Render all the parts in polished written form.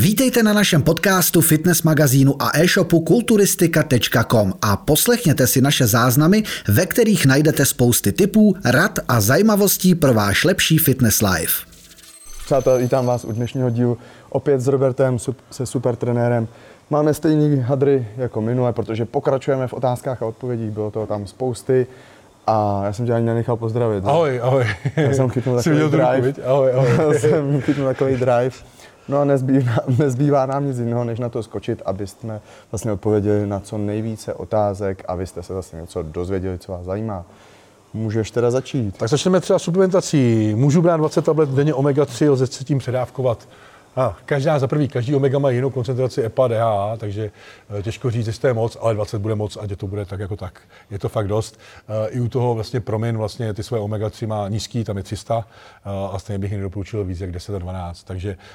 Vítejte na našem podcastu, fitness magazínu a e-shopu kulturistika.com a poslechněte si naše záznamy, ve kterých najdete spousty tipů, rad a zajímavostí pro váš lepší fitness life. Přátelé, vítám vás u dnešního dílu opět s Robertem, se super trenérem. Máme stejný hadry jako minule, protože pokračujeme v otázkách a odpovědích, bylo toho tam spousty. A já jsem tě ani nenechal pozdravit. Ahoj, ahoj. Já jsem chytnul takový drive. Ahoj. Já jsem chytnul takový drive. No a nezbývá nám nic jiného, než na to skočit, abyste vlastně odpověděli na co nejvíce otázek a vy jste se vlastně něco dozvěděli, co vás zajímá. Můžeš teda začít. Tak začneme třeba suplementací. Můžu brát 20 tablet denně omega-3, lze se tím předávkovat. Každý omega má jinou koncentraci EPA, DHA, takže těžko říct, jestli to je moc, ale 20 bude moc, ať to bude tak jako tak. Je to fakt dost. I u toho vlastně Promin vlastně ty svoje omega-3 má nízký, tam je 300 a stejně bych nedoporučil víc jak 10 a 12,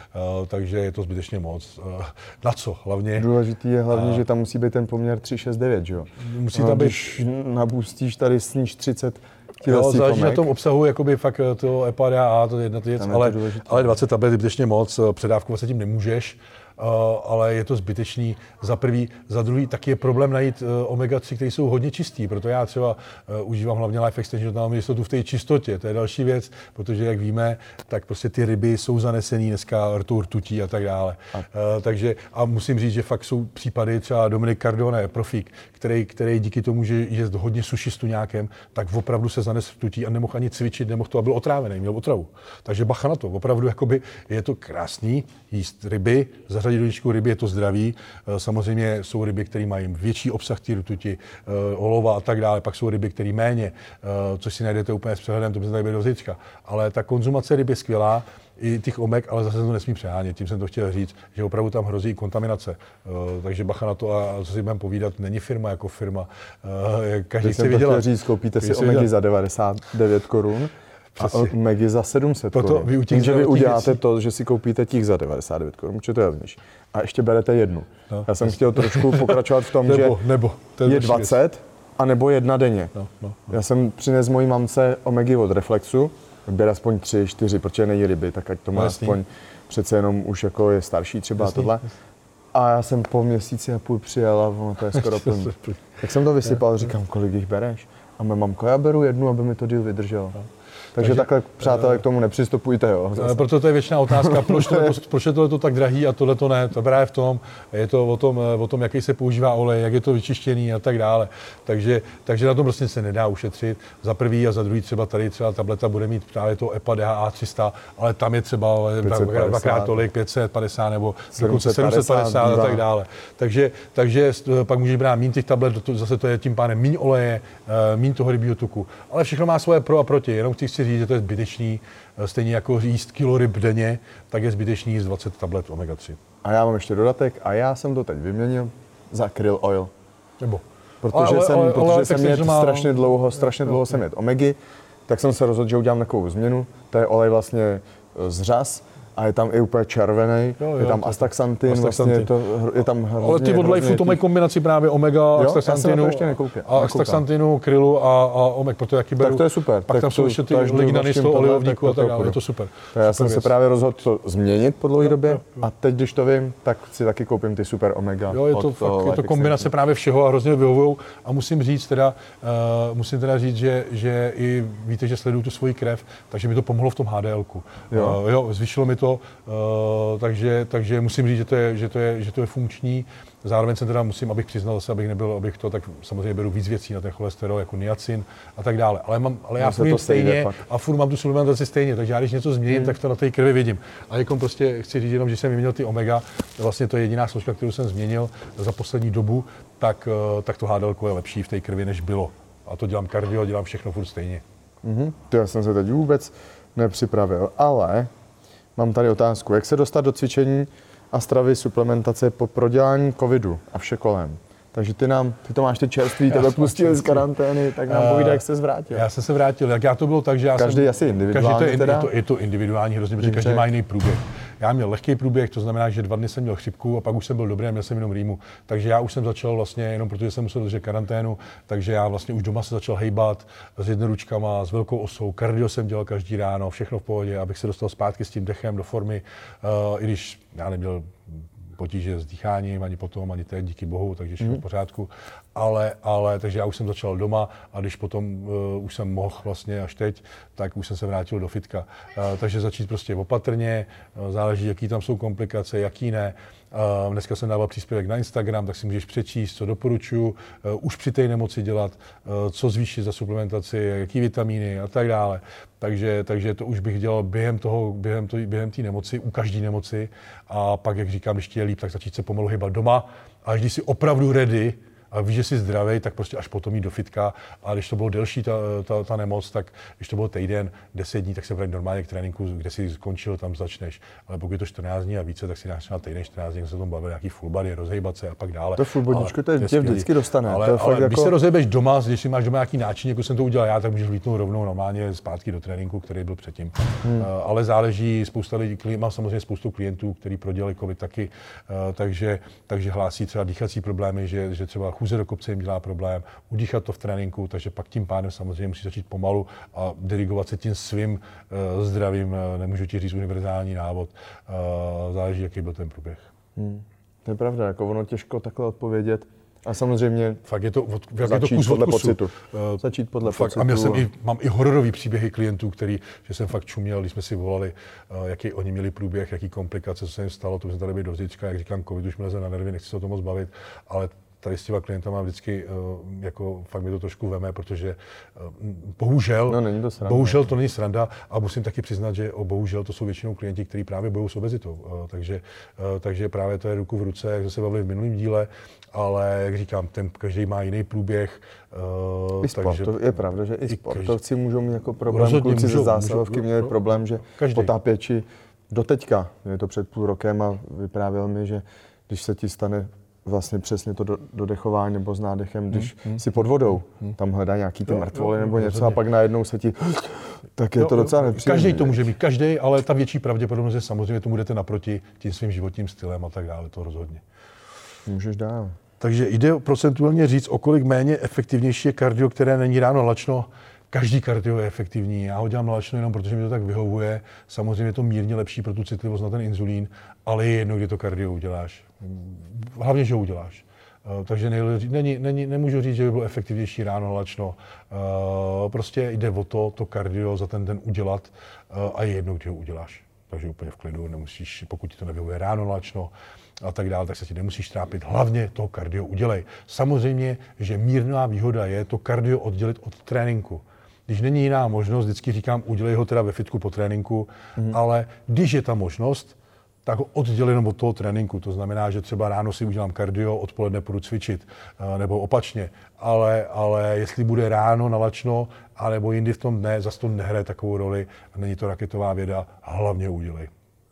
takže je to zbytečně moc. Na co hlavně? Důležitý je hlavně, že tam musí být ten poměr 3,6,9, že jo? Musí tam být... Když nabustíš tady sníž 30, záleží na tom obsahu, jakoby fakt to EPA, DHA, to je jedna věc, ale 20 tablet je zbytečně moc, předávkovat se tím nemůžeš, ale je to zbytečný za prvý, za druhý taky je problém najít omega-3, které jsou hodně čistý, proto já třeba užívám hlavně Life Extension, tam mám jistotu v té čistotě, to je další věc, protože jak víme, tak prostě ty ryby jsou zanesený dneska rtutí a tak dále. Takže a musím říct, že fakt jsou případy, třeba Dominik Cardone, profík, který díky tomu, že jíst hodně sushi s tuňákem, tak opravdu se zanes rtutí a nemohl ani cvičit, nemohl to a byl otrávený, měl otravu. Takže bacha na to, opravdu jakoby je to krásný jíst ryby, zařadit do jíčku ryby, je to zdravý. Samozřejmě jsou ryby, které mají větší obsah té rtuti, olova a tak dále, pak jsou ryby, které méně, což si najdete úplně s přehledem, to by se tady do zítřka. Ale ta konzumace ryb je skvělá, i těch omek, ale zase to nesmí přehánět. Tím jsem to chtěl říct, že opravdu tam hrozí kontaminace. Takže bacha na to a co si budeme povídat, není firma jako firma. Každý chce vydělat. Chtěl říct, koupíte si omegy za 99 korun. A omegy za 700 korun. Takže vy uděláte to, že si koupíte těch za 99 korun, protože to je levnější. A ještě berete jednu. No, já jsem chtěl trošku pokračovat v tom, že je 20 a nebo jedna denně. No. Já jsem přinesl mojí mamce omegy od Reflexu, bere aspoň 3, 4, protože nejí ryby, tak ať to má aspoň přece jenom už jako je starší třeba tohle. A já jsem po měsíci a půl přijel a ono to je skoro plný. Tak jsem to vysypal, říkám, kolik jich bereš? A moje mamko, já beru jednu, aby mi to díl vydrželo. Takže takhle, přátelé, k tomu nepřistupujte, jo. Proto to je věčná otázka, proč je tohle tak drahý a tohle to ne. To právě v tom, je to o tom, jaký se používá olej, jak je to vyčištěný a tak dále. Takže na tom prostě se nedá ušetřit. Za prvý a za druhý třeba tableta bude mít právě to EPA DHA 300, ale tam je třeba dvakrát tolik, 550 nebo 750 a tak dále. Takže pak můžeš brát míň těch tablet, zase to je tím pádem míň oleje, míň toho rybího tuku. Ale všechno má svoje pro a proti, jenom chci říct, že to je zbytečný, stejně jako jíst kilo ryb denně, tak je zbytečný jíst 20 tablet omega-3. A já mám ještě dodatek a já jsem to teď vyměnil za krill oil. Nebo? Protože jsem jet strašně dlouho jsem jet omegy, tak jsem se rozhodl, že udělám takovou změnu. To je olej vlastně z řas a je tam i úplně červený, je tam astaxantin, vlastně je tam hrozně. Ale ty od Lifeu to mají kombinaci právě omega, astaxantinu, krilu a omeg, protože jaký beru. Tak to je super. Pak tam jsou ještě ty lignany z toho olivovníku a tak dále, je to super. Já jsem se právě rozhodl to změnit po dlouhé době a teď, když to vím, tak si taky koupím ty super omega. Jo, je to kombinace právě všeho a hrozně vyhovujou a musím teda říct, že i víte, že sleduju tu svoji krev, takže mi to pomohlo v tom HDL-ku. Jo, zvýšilo mi to, takže musím říct, že to je funkční. Zároveň jsem teda abych přiznal se, abych to, tak samozřejmě beru víc věcí na ten cholesterol, jako niacin a tak dále. Ale já furt stejně a furt mám tu suplementaci stejně, takže já když něco změním, tak to na té krvi vidím. A jako prostě chci říct jenom, že jsem vyměnil ty omega, vlastně to je jediná složka, kterou jsem změnil za poslední dobu, tak to HDL je lepší v té krvi, než bylo. A to dělám kardio, dělám všechno furt stejně. To já jsem se teď vůbec nepřipravil, ale mám tady otázku, jak se dostat do cvičení a stravy, suplementace po prodělání covidu a vše kolem. Takže ty to máš ty čerství, tebe pustili z karantény, tak nám povídej, jak jsi se vrátil. Já jsem se vrátil, jak já to bylo tak, že každý asi individuálně je to individuální hrozně, protože každý má jiný průběh. Já měl lehký průběh, to znamená, že 2 dny jsem měl chřipku a pak už jsem byl dobrý a měl jsem jenom rýmu. Takže já už jsem začal vlastně, jenom protože jsem musel držet karanténu, takže já vlastně už doma se začal hejbat s jednoručkama, s velkou osou, kardio jsem dělal každý ráno, všechno v pohodě, abych se dostal zpátky s tím dechem do formy, i když já neměl potíže s dýcháním, ani potom, ani teď, díky bohu, takže všechno v pořádku. Ale takže já už jsem začal doma a když potom už jsem mohl vlastně až teď, tak už jsem se vrátil do fitka. Takže začít prostě opatrně, záleží, jaký tam jsou komplikace, jaký ne. Dneska jsem dával příspěvek na Instagram, tak si můžeš přečíst, co doporučuji už při té nemoci dělat, co zvýšit za suplementaci, jaký vitamíny a tak dále. Takže to už bych dělal během té nemoci, u každé nemoci a pak, jak říkám, když ti je líp, tak začít se pomalu hýbat doma a když jsi opravdu ready a víš, že jsi zdravý, tak prostě až potom jít do fitka. A když to bylo delší ta nemoc, tak když to bylo týden, 10 dní, tak se vrátí normálně k tréninku, kde jsi skončil, tam začneš. Ale pokud je to 14 dní a více, tak si dáš třeba týden, 14 dní, se tom bavil nějaký full body, rozhejbat se a pak dále. To full bodyčko, to tě vždycky dostane. Ale když se rozhejbeš doma, když si máš doma nějaký náčin, jako jsem to udělal já, tak můžeš vlítnout rovnou normálně zpátky do tréninku, který byl předtím. Ale záleží, spousta lidí, mám samozřejmě spoustu klientů, kteří prodělali covid taky, takže hlásí třeba dýchací problémy, že třeba chůze do kopce jim dělá problém, udýchat to v tréninku, takže pak tím pádem samozřejmě musí začít pomalu a dirigovat se tím svým zdravím, nemůžu ti říct univerzální návod, záleží, jaký byl ten průběh. To je pravda, jako ono těžko takhle odpovědět. A samozřejmě fakt je to kus podle pocitu. Začít podle pocitu. A mám i hororový příběhy klientů, že jsem fakt čuměl, když jsme si volali, jaký oni měli průběh, jaký komplikace, co se jim stalo, to jsme tady byli do vždyčka, jak říkám, covid už mi leze na nervy, nechci se o tom moc bavit, ale tady s těma klientama vždycky jako fakt mi to trošku veme, protože bohužel to není sranda a musím taky přiznat, že bohužel to jsou většinou klienti, kteří právě bojují s obezitou. Takže právě to je ruku v ruce, jak jsme se bavili v minulém díle, ale jak říkám, každý má jiný průběh. I sport, to je pravda, že i sportovci můžou mít jako problém, kluci ze zásahovky měli problém, že potápěči doteďka, je to před půl rokem a vyprávěl mi, že když se ti stane vlastně přesně to dodechování nebo s nádechem, když si pod vodou, tam hledá nějaký ty mrtvoly nebo něco a pak najednou se ti, tak je to docela nepříjemné. Každý to může mít, každý, ale ta větší pravděpodobnost je samozřejmě tomu jdete naproti tím svým životním stylem a tak dále, to rozhodně. Můžeš dál. Takže jde procentuálně říct, o kolik méně efektivnější je kardio, které není ráno lačno. Každý kardio je efektivní, já ho dělám na lačno jenom protože mi to tak vyhovuje. Samozřejmě je to mírně lepší pro tu citlivost na ten inzulín, ale je jedno, kdy to kardio uděláš. Hlavně, že ho uděláš. Takže nemůžu říct, že by bylo efektivnější ráno lačno. Prostě jde o to kardio za ten den udělat a je jedno, kdy ho uděláš. Takže úplně v klidu, nemusíš, pokud ti to nevyhovuje ráno lačno a tak dále, tak se ti nemusíš trápit. Hlavně to kardio udělej. Samozřejmě, že mírná výhoda je to kardio oddělit od tréninku. Když není jiná možnost, vždycky říkám, udělej ho teda ve fitku po tréninku, ale když je ta možnost, tak ho oddělím jenom od toho tréninku. To znamená, že třeba ráno si udělám kardio, odpoledne půjdu cvičit, nebo opačně. Ale jestli bude ráno nalačno, anebo jindy v tom dne, zase to nehraje takovou roli. Není to raketová věda, hlavně udělej.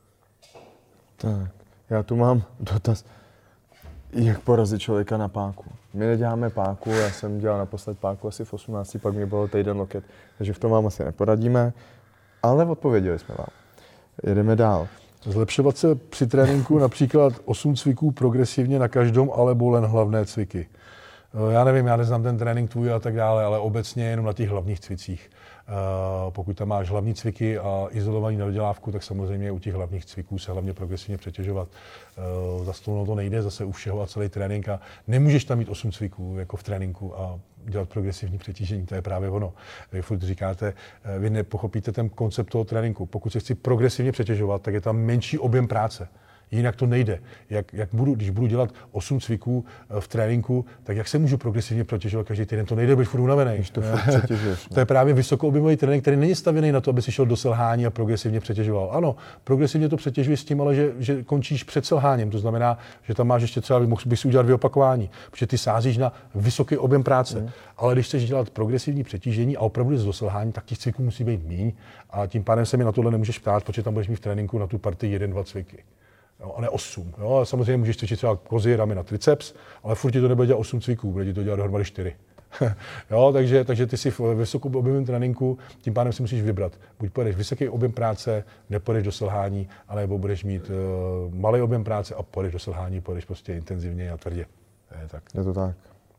Tak, já tu mám dotaz. Jak porazit člověka na páku? My neděláme páku, já jsem dělal naposled páku asi v 18, pak mě bylo týden loket, takže v tom vám asi neporadíme, ale odpověděli jsme vám. Jedeme dál. Zlepšovat se při tréninku například 8 cviků progresivně na každém, alebo len hlavné cviky. Já nevím, já neznám ten trénink tvůj a tak dále, ale obecně jenom na těch hlavních cvicích. Pokud tam máš hlavní cviky a izolovaný na dodělávku, tak samozřejmě u těch hlavních cviků se hlavně progresivně přetěžovat. Zase to nejde zase u všeho a celý trénink a nemůžeš tam mít 8 cviků jako v tréninku a dělat progresivní přetížení, to je právě ono. Vy furt říkáte, vy nepochopíte ten koncept toho tréninku. Pokud se chci progresivně přetěžovat, tak je tam menší objem práce. Jinak to nejde. Když budu dělat 8 cviků v tréninku, tak jak se můžu progresivně přetěžovat každý týden? To nejde, být furt unavený. To je právě vysokoobjemový trénink, který není stavěný na to, aby si šel do selhání a progresivně přetěžoval. Ano, progresivně to přetěžuješ s tím, ale že končíš před selháním. To znamená, že tam máš ještě třeba, mohl bys udělat 2 opakování, protože ty sázíš na vysoký objem práce. Ale když chceš dělat progresivní přetížení a opravdu do selhání, tak těch cviků musí být míň a tím pádem se mi na tohle nemůžeš ptát, protože tam budeš mít v tréninku na tu partii 1-2 cviky. Jo, a ne 8. Jo, samozřejmě můžeš cvičit třeba kozy, ramy na triceps, ale furt ti to nebude dělat 8 cviků, bude ti to dělat dohromady 4. Jo, takže ty si v vysokou objemovém tréninku, tím pádem si musíš vybrat. Buď pojedeš vysoký objem práce, nepojedeš do selhání, anebo budeš mít malý objem práce a pojedeš do selhání, pojedeš prostě intenzivně a tvrdě. Je to tak.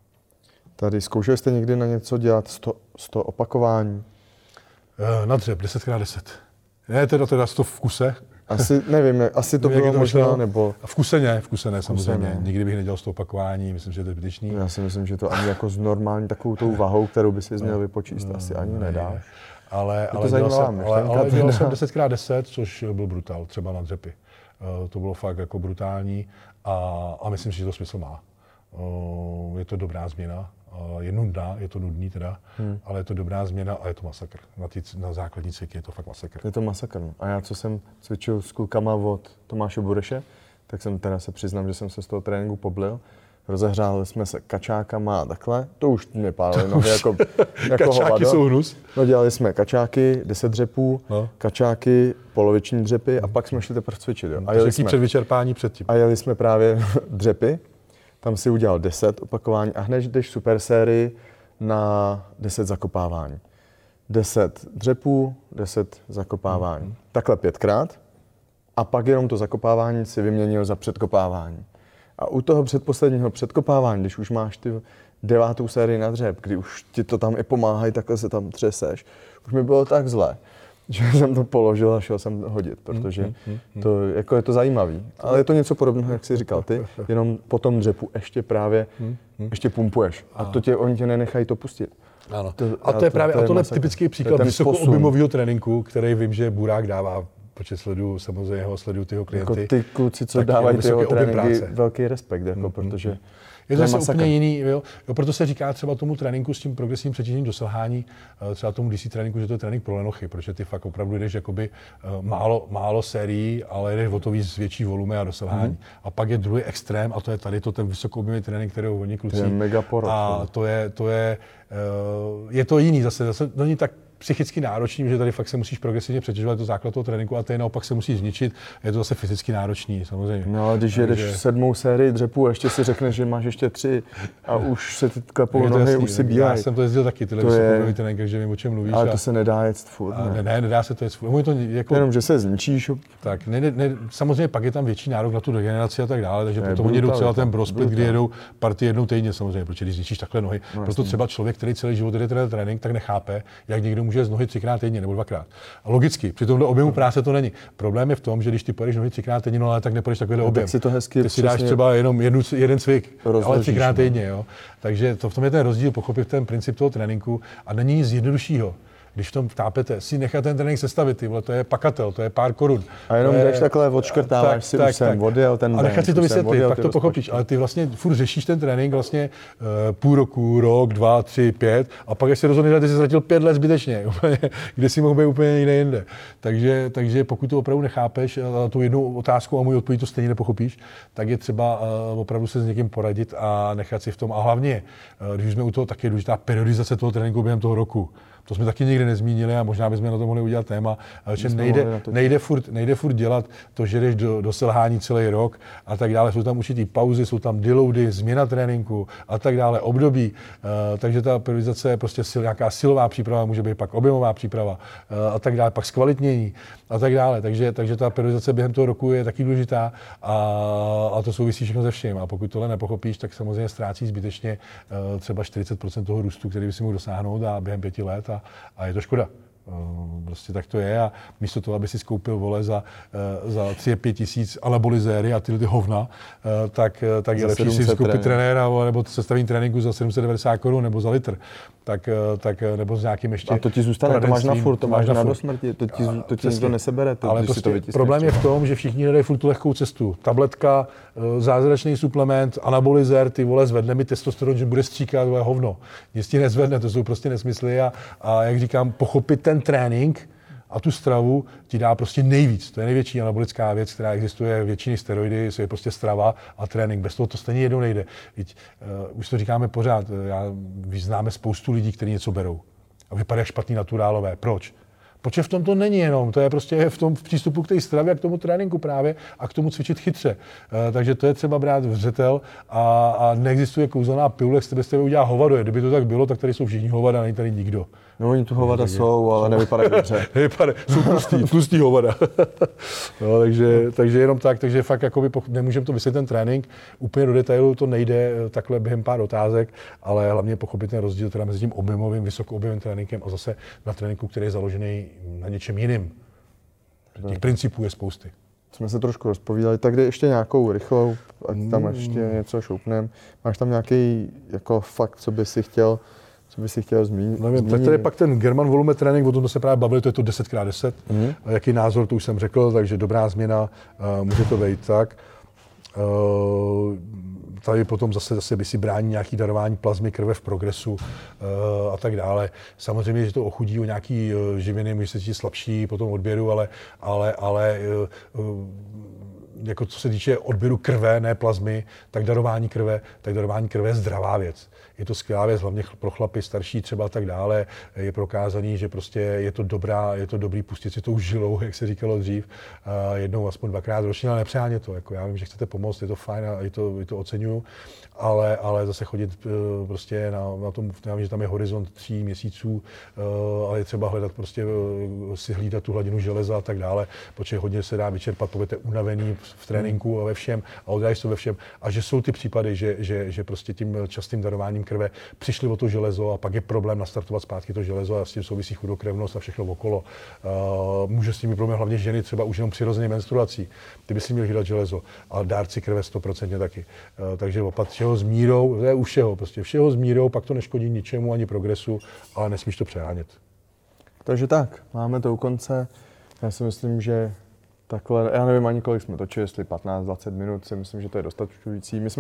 Tady zkoušeli jste někdy na něco dělat 100 opakování? Na dřep, 10x10. Ne, teda 100 v kuse. Asi, nevím, asi to bylo možná, nebo... V kuse ne, samozřejmě. Nikdy bych nedělal 100 opakování, myslím, že to je zbytečný. Já si myslím, že to ani jako s normální takovou tou vahou, kterou by si měl vypočíst, asi ani nedáš. Ale dělal jsem 10x10, což byl brutál, třeba na dřepy. To bylo fakt jako brutální a myslím si, že to smysl má. Je to dobrá změna. Je nudná, je to nudný teda, ale je to dobrá změna a je to masakr. Na základní cviky je to fakt masakr. Je to masakr. A já, co jsem cvičil s klukama od Tomáše Bureše, tak jsem teda se přiznám, že jsem se z toho tréninku poblil. Rozehřáli jsme se kačákama a takhle. To už mě pálily nohy jako kačáky hovado. jsou hnus. No, dělali jsme kačáky, 10 dřepů, kačáky, poloviční dřepy a pak jsme šli teprve cvičit. Jo. A jeli jsme před vyčerpání předtím. A jeli jsme právě dřepy. Tam si udělal 10 opakování a hned jdeš super sérii na 10 zakopávání. 10 dřepů, 10 zakopávání. Takhle 5krát a pak jenom to zakopávání si vyměnil za předkopávání. A u toho předposledního předkopávání, když už máš ty 9. sérii na dřep, kdy už ti to tam i pomáhají, takhle se tam třeseš, už mi bylo tak zle, že jsem to položil a šel jsem hodit, protože to, jako je to zajímavý. Ale je to něco podobného, jak jsi říkal ty, jenom po tom dřepu ještě právě ještě pumpuješ. A oni tě nenechají to pustit. Ano. A to je právě tohle typický příklad vysokoobjemového tréninku, který vím, že Burák dává, protože sleduju samozřejmě sleduju tyho klienty. Jako ty kluci, co dávají ty tréninky, velký respekt, jako, protože je to zase úplně jiný, jo, proto se říká třeba tomu tréninku s tím progresivním přetížením do selhání, třeba tomu DC tréninku, že to je trénink pro lenochy, protože ty fakt opravdu jdeš jakoby málo sérií, ale jdeš o to víc větší volume a do selhání. A pak je druhý extrém a to je tady ten vysokoobjemový trénink, který oni kluci. To je mega porod. A je to jiný zase není tak psychicky náročný, že tady fakt se musíš progresivně přetěžovat, to základ toho tréninku a ty naopak se musí zničit, je to zase fyzicky náročný, samozřejmě. No ale když jedeš 7. sérii dřepů a ještě si řekneš, že máš ještě 3 a už se ty klepou nohy, jasný, už si bílají. Já jsem to jezdil taky, tyhle vysokoobjemový trénink, takže vím, o čem mluvíš. Ale to se nedá jet furt, ne, nedá se to jet furt. To jako, jenom, že se zničíš. Tak, samozřejmě pak je tam větší nárok na tu degeneraci a tak dále, takže potom oni jedou celá ten brosplit, kdy jedou partii jednou týdně samozřejmě, protože když zničíš takhle nohy. Proto třeba člověk, který celý život jede trénink, tak nechápe, jak někdo může z nohy 3x týdně nebo 2x. A logicky, při tomhle objemu práce to není. Problém je v tom, že když ty pojedeš nohy 3x týdně, no ale tak nepůjdeš takovýhle objem. Tak si to hezky ty si dáš třeba jenom jeden cvik, ale 3x týdně, jo. Takže v tom je ten rozdíl, pochopit ten princip toho tréninku a není nic jednoduššího. Když v tom tápete, si nechat ten trénink sestavit, to je pakatel, to je pár korun. A jenom jdeš takhle odškrtáváš si, už jsem odjel ten den. A nechat si to vysvětlit, tak to pochopíš. Ale ty vlastně furt řešíš ten trénink vlastně půl roku, rok, 2, 3, 5 a pak až si rozhodneš, že ty jsi ztratil 5 let zbytečně, kde si mohl být úplně někde jinde. Takže pokud to opravdu nechápeš, tu jednu otázku a můj odpověď to stejně nepochopíš, tak je třeba opravdu se s někým poradit a nechat si v tom. A hlavně, když jsme u toho, tak je důležitá periodizace toho tréninku během toho roku. To jsme taky nikdy nezmínili a možná bychom na to mohli udělat téma, že nejde furt dělat to, že jdeš do selhání celý rok a tak dále. Jsou tam určitý pauzy, jsou tam deloady, změna tréninku a tak dále, období. Takže ta periodizace je prostě nějaká silová příprava, může být pak objemová příprava a tak dále, pak zkvalitnění a tak dále. Takže ta periodizace během toho roku je taky důležitá a to souvisí všechno se vším. A pokud tohle nepochopíš, tak samozřejmě ztrácí zbytečně třeba 40% toho růstu, který by si mohl dosáhnout a během 5 let. A je to škoda. Prostě tak to je a místo toho, aby si skoupil vole za 3-5 tisíc anabolizéry a tyhle ty hovna, tak je lepší si skoupit trenéra nebo sestavení tréninku za 790 korun nebo za litr. Tak nebo s nějakým ještě. A to ti zůstane, to máš na furt, to máš na dosmrti, to ti nikdo nesebere. Ale prostě problém je v tom, že všichni hledají furt tu lehkou cestu. Tabletka, zázračný suplement, anabolizér, ty vole, zvedne mi testosteron, že bude stříkat, vole, hovno. Nic ti nezvedne, to jsou prostě nesmysly a jak říkám, pochopit ten trénink a tu stravu ti dá prostě nejvíc. To je největší anabolická věc, která existuje, většiny steroidy, je prostě strava a trénink. Bez toho to stejně jednou nejde. Už to říkáme pořád, známe spoustu lidí, kteří něco berou a vypadají špatný naturálové. Proč? Protože v tom to není jenom, to je prostě v tom přístupu k té stravě a k tomu tréninku právě a k tomu cvičit chytře. Takže to je třeba brát vřetel a neexistuje kouzelná pilule, z tebe udělá hovado. Kdyby to tak bylo, tak tady jsou všichni hovada, není tady nikdo. No oni tu hovada jsou, ale nevypadají dobře. Jsou tlustý hovada. No, takže jenom tak, takže fakt jakoby nemůžeme to vysvětlit ten trénink. Úplně do detailu to nejde takhle během pár otázek, ale hlavně pochopit ten rozdíl teda mezi tím objemovým, vysokoobjemovým tréninkem a zase na tréninku, který je založený na něčem jiným. Těch principů je spousty. Jsme se trošku rozpovídali, tak jde ještě nějakou rychlou, ať tam ještě něco šoupnem. Máš tam nějaký jako fakt, co by si chtěl zmínit? Nevím, tak tady pak ten German volume trénink, o tom se právě bavili, to je to 10x10. Jaký názor, to už jsem řekl, takže dobrá změna, může to být tak. Tady potom zase by si brání nějaký darování plazmy krve v progresu a tak dále. Samozřejmě, že to ochudí o nějaký živiny, může se cítit slabší po tom odběru, ale jako co se týče odběru krve, ne plazmy, tak darování krve je zdravá věc. Je to skvělá věc, hlavně pro chlapy starší třeba a tak dále. Je prokázaný, že prostě je to dobrý pustit si tou žilou, jak se říkalo dřív, jednou aspoň 2krát ročně, ale nepřehánět to. Jako já vím, že chcete pomoct, je to fajn a je to oceňuju, ale zase chodit prostě na tom, já vím, že tam je horizont 3 měsíců, ale je třeba hledat prostě si hlídat tu hladinu železa a tak dále, protože hodně se dá vyčerpat, pokud je unavený v tréninku a ve všem a oddáš to ve všem. A že jsou ty případy, že prostě tím častým darováním krve přišli o to železo a pak je problém nastartovat zpátky to železo a s tím souvisí chudokrevnost a všechno okolo. Může s tím problém hlavně ženy třeba už jenom přirozeně menstruací. Ty by si měl hlídat železo, ale dárci krve 100% taky. Takže všeho s mírou, to je u všeho, prostě všeho s mírou, pak to neškodí ničemu ani progresu, ale nesmíš to přehánět. Takže tak, máme to u konce. Já si myslím, že takhle, já nevím ani kolik jsme točili, jestli 15-20 minut, si myslím, že to je dostačující. My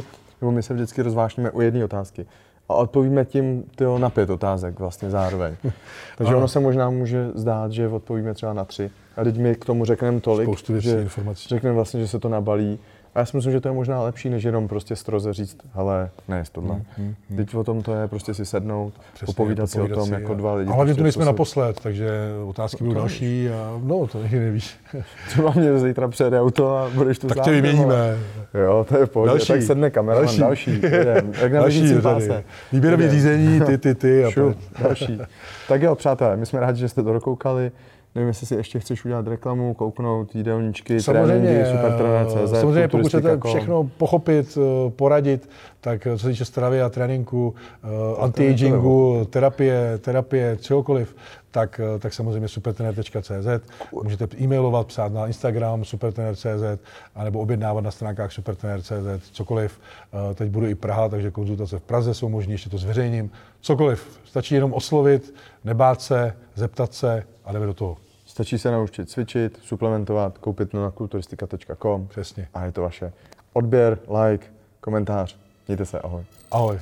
se vždycky rozvášníme u jedné otázky a odpovíme tím na 5 otázek vlastně zároveň. Takže ono se možná může zdát, že odpovíme třeba na 3. A teď my k tomu řekneme tolik, že řekneme vlastně, že se to nabalí. A já si myslím, že to je možná lepší, než jenom prostě stroze říct, hele, ne, tohle. Teď o tom to je prostě si sednout, popovídat si o tom jako dva lidi. A hlavně tu nejsme naposled, takže otázky budou další a no, to nevíš. Třeba mě zítra přijede auto a budeš tu tak tě vyměníme. Jo, to je v pohodě. Tak sedne kameraman, další. Jak na běžícím páse. Výběrové řízení, ty. Další. Tak jo, přátelé, my jsme rádi, že jste to dokoukali. Nevím, jestli si ještě chceš udělat reklamu, kouknout jídelníčky, tréninky, supertrenér.cz. Samozřejmě, pokud chcete všechno pochopit, poradit, tak co se týče stravy a tréninku, anti-agingu, terapie, čehokoliv, tak samozřejmě supertrenér.cz. Můžete e-mailovat, psát na Instagram supertrenér.cz anebo objednávat na stránkách supertrenér.cz, cokoliv. Teď budu i Praha, takže konzultace v Praze jsou možné, ještě to zveřejním. Cokoliv. Stačí jenom oslovit, nebát se, zeptat se a jdeme do toho. Stačí se naučit cvičit, suplementovat, koupit na kulturistika.com. Přesně. A je to vaše. Odběr, like, komentář. Mějte se, ahoj. Ahoj.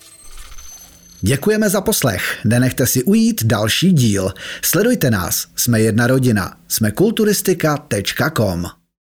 Děkujeme za poslech. Nenechte si ujít další díl. Sledujte nás. Jsme jedna rodina. Jsme kulturistika.com.